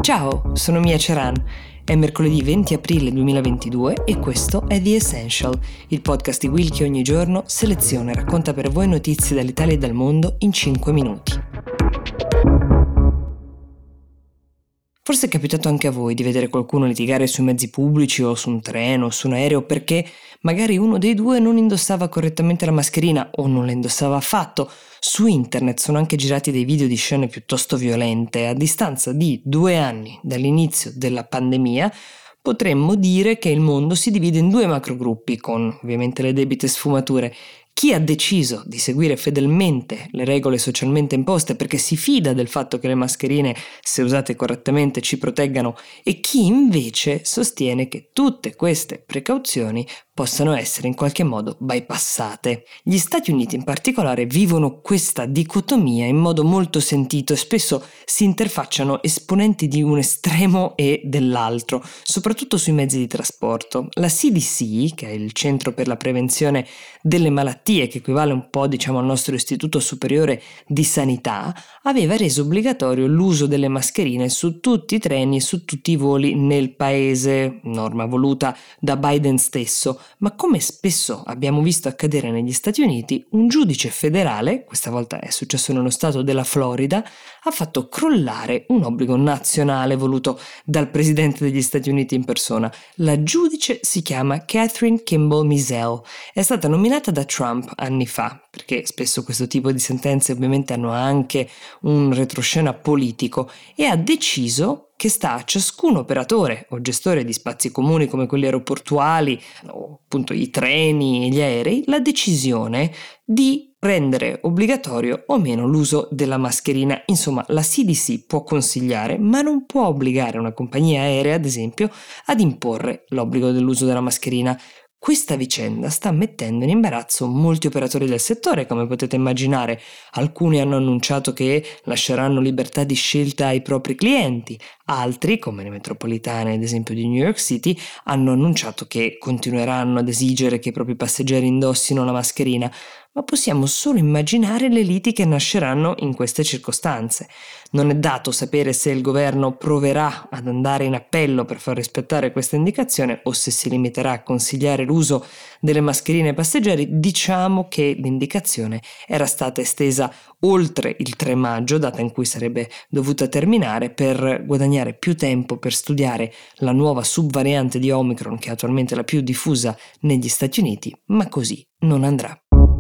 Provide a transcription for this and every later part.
Ciao, sono Mia Ceran. È mercoledì 20 aprile 2022 e questo è The Essential, il podcast di Will che ogni giorno seleziona e racconta per voi notizie dall'Italia e dal mondo in 5 minuti. Forse è capitato anche a voi di vedere qualcuno litigare sui mezzi pubblici o su un treno o su un aereo perché magari uno dei due non indossava correttamente la mascherina o non la indossava affatto. Su internet sono anche girati dei video di scene piuttosto violente. A distanza di 2 anni dall'inizio della pandemia, potremmo dire che il mondo si divide in 2 macrogruppi, con ovviamente le debite sfumature. Chi ha deciso di seguire fedelmente le regole socialmente imposte perché si fida del fatto che le mascherine, se usate correttamente, ci proteggano, e chi invece sostiene che tutte queste precauzioni possano essere in qualche modo bypassate. Gli Stati Uniti in particolare vivono questa dicotomia in modo molto sentito e spesso si interfacciano esponenti di un estremo e dell'altro, soprattutto sui mezzi di trasporto. La CDC, che è il Centro per la Prevenzione delle Malattie, che equivale un po' al nostro Istituto Superiore di Sanità, aveva reso obbligatorio l'uso delle mascherine su tutti i treni e su tutti i voli nel paese, norma voluta da Biden stesso. Ma come spesso abbiamo visto accadere negli Stati Uniti, un giudice federale, questa volta è successo nello stato della Florida, ha fatto crollare un obbligo nazionale voluto dal presidente degli Stati Uniti in persona. La giudice si chiama Catherine Kimball Mizelle, è stata nominata da Trump anni fa, perché spesso questo tipo di sentenze ovviamente hanno anche un retroscena politico, e ha deciso che sta a ciascun operatore o gestore di spazi comuni come quelli aeroportuali o appunto i treni e gli aerei la decisione di rendere obbligatorio o meno l'uso della mascherina. Insomma, la CDC può consigliare, ma non può obbligare una compagnia aerea, ad esempio, ad imporre l'obbligo dell'uso della mascherina. Questa vicenda sta mettendo in imbarazzo molti operatori del settore, come potete immaginare. Alcuni hanno annunciato che lasceranno libertà di scelta ai propri clienti, altri, come le metropolitane ad esempio di New York City, hanno annunciato che continueranno ad esigere che i propri passeggeri indossino la mascherina. Ma possiamo solo immaginare le liti che nasceranno in queste circostanze. Non è dato sapere se il governo proverà ad andare in appello per far rispettare questa indicazione o se si limiterà a consigliare l'uso delle mascherine ai passeggeri. Diciamo che l'indicazione era stata estesa oltre il 3 maggio, data in cui sarebbe dovuta terminare, per guadagnare più tempo per studiare la nuova subvariante di Omicron, che è attualmente la più diffusa negli Stati Uniti, ma così non andrà.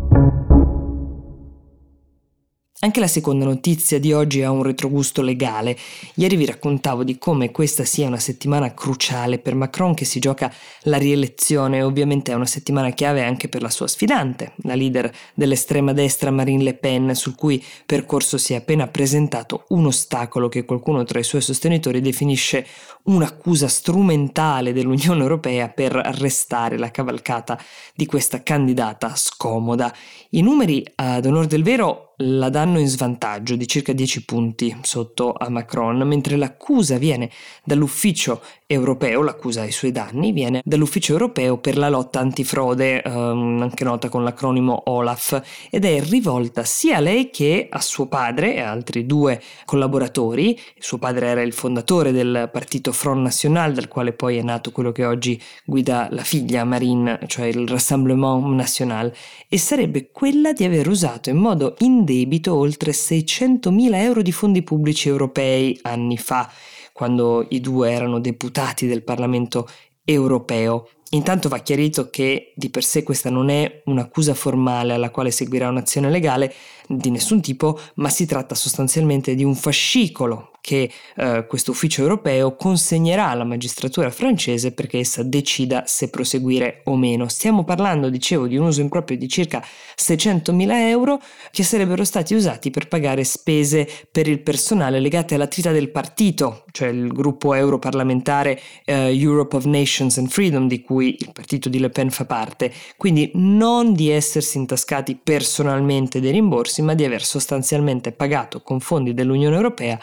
Anche la seconda notizia di oggi ha un retrogusto legale. Ieri vi raccontavo di come questa sia una settimana cruciale per Macron, che si gioca la rielezione. Ovviamente è una settimana chiave anche per la sua sfidante, la leader dell'estrema destra Marine Le Pen, sul cui percorso si è appena presentato un ostacolo che qualcuno tra i suoi sostenitori definisce un'accusa strumentale dell'Unione Europea per arrestare la cavalcata di questa candidata scomoda. I numeri, ad onor del vero, la danno in svantaggio di circa 10 punti sotto a Macron, mentre l'accusa viene dall'ufficio europeo, l'accusa ai suoi danni viene dall'ufficio europeo per la lotta antifrode, anche nota con l'acronimo OLAF, ed è rivolta sia a lei che a suo padre e a altri 2 collaboratori. Suo padre era il fondatore del partito Front National, dal quale poi è nato quello che oggi guida la figlia Marine, cioè il Rassemblement National, e sarebbe quella di aver usato in modo indebito oltre 600.000 euro di fondi pubblici europei anni fa, quando i 2 erano deputati del Parlamento europeo. Intanto va chiarito che di per sé questa non è un'accusa formale alla quale seguirà un'azione legale di nessun tipo, ma si tratta sostanzialmente di un fascicolo che questo ufficio europeo consegnerà alla magistratura francese perché essa decida se proseguire o meno. Stiamo parlando, dicevo, di un uso improprio di circa 600.000 euro che sarebbero stati usati per pagare spese per il personale legate all'attività del partito, cioè il gruppo europarlamentare Europe of Nations and Freedom, di cui il partito di Le Pen fa parte. Quindi non di essersi intascati personalmente dei rimborsi, ma di aver sostanzialmente pagato con fondi dell'Unione Europea attività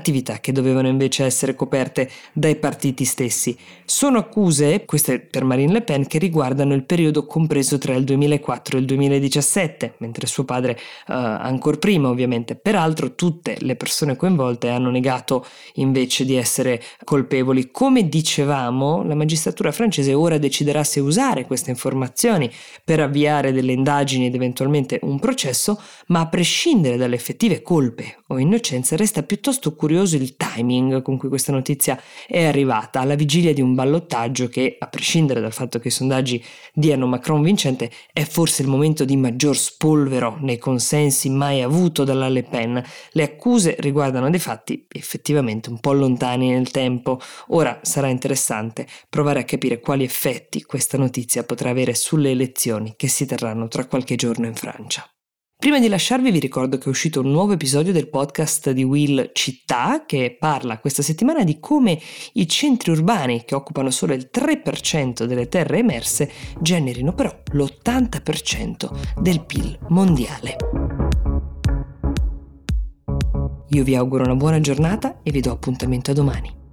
attività che dovevano invece essere coperte dai partiti stessi. Sono accuse, queste per Marine Le Pen, che riguardano il periodo compreso tra il 2004 e il 2017, mentre suo padre ancor prima ovviamente. Peraltro tutte le persone coinvolte hanno negato invece di essere colpevoli. Come dicevamo, la magistratura francese ora deciderà se usare queste informazioni per avviare delle indagini ed eventualmente un processo, ma a prescindere dalle effettive colpe o innocenze resta piuttosto curioso il timing con cui questa notizia è arrivata alla vigilia di un ballottaggio che, a prescindere dal fatto che i sondaggi diano Macron vincente, è forse il momento di maggior spolvero nei consensi mai avuto dalla Le Pen. Le accuse riguardano dei fatti effettivamente un po' lontani nel tempo. Ora sarà interessante provare a capire quali effetti questa notizia potrà avere sulle elezioni che si terranno tra qualche giorno in Francia. Prima di lasciarvi vi ricordo che è uscito un nuovo episodio del podcast di Will Città che parla questa settimana di come i centri urbani, che occupano solo il 3% delle terre emerse, generino però l'80% del PIL mondiale. Io vi auguro una buona giornata e vi do appuntamento a domani.